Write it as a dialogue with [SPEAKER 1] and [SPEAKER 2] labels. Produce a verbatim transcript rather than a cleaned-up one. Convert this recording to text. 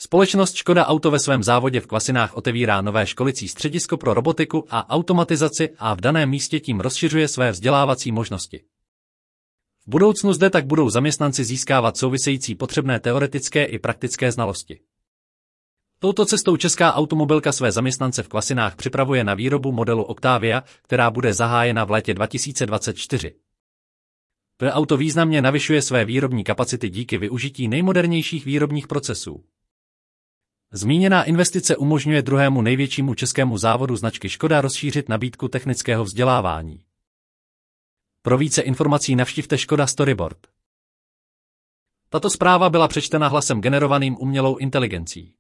[SPEAKER 1] Společnost Škoda Auto ve svém závodě v Kvasinách otevírá nové školicí středisko pro robotiku a automatizaci a v daném místě tím rozšiřuje své vzdělávací možnosti. V budoucnu zde tak budou zaměstnanci získávat související potřebné teoretické i praktické znalosti. Touto cestou česká automobilka své zaměstnance v Kvasinách připravuje na výrobu modelu Octavia, která bude zahájena v létě dva tisíce dvacet čtyři. P Auto významně navyšuje své výrobní kapacity díky využití nejmodernějších výrobních procesů. Zmíněná investice umožňuje druhému největšímu českému závodu značky Škoda rozšířit nabídku technického vzdělávání. Pro více informací navštivte Škoda Storyboard. Tato zpráva byla přečtena hlasem generovaným umělou inteligencí.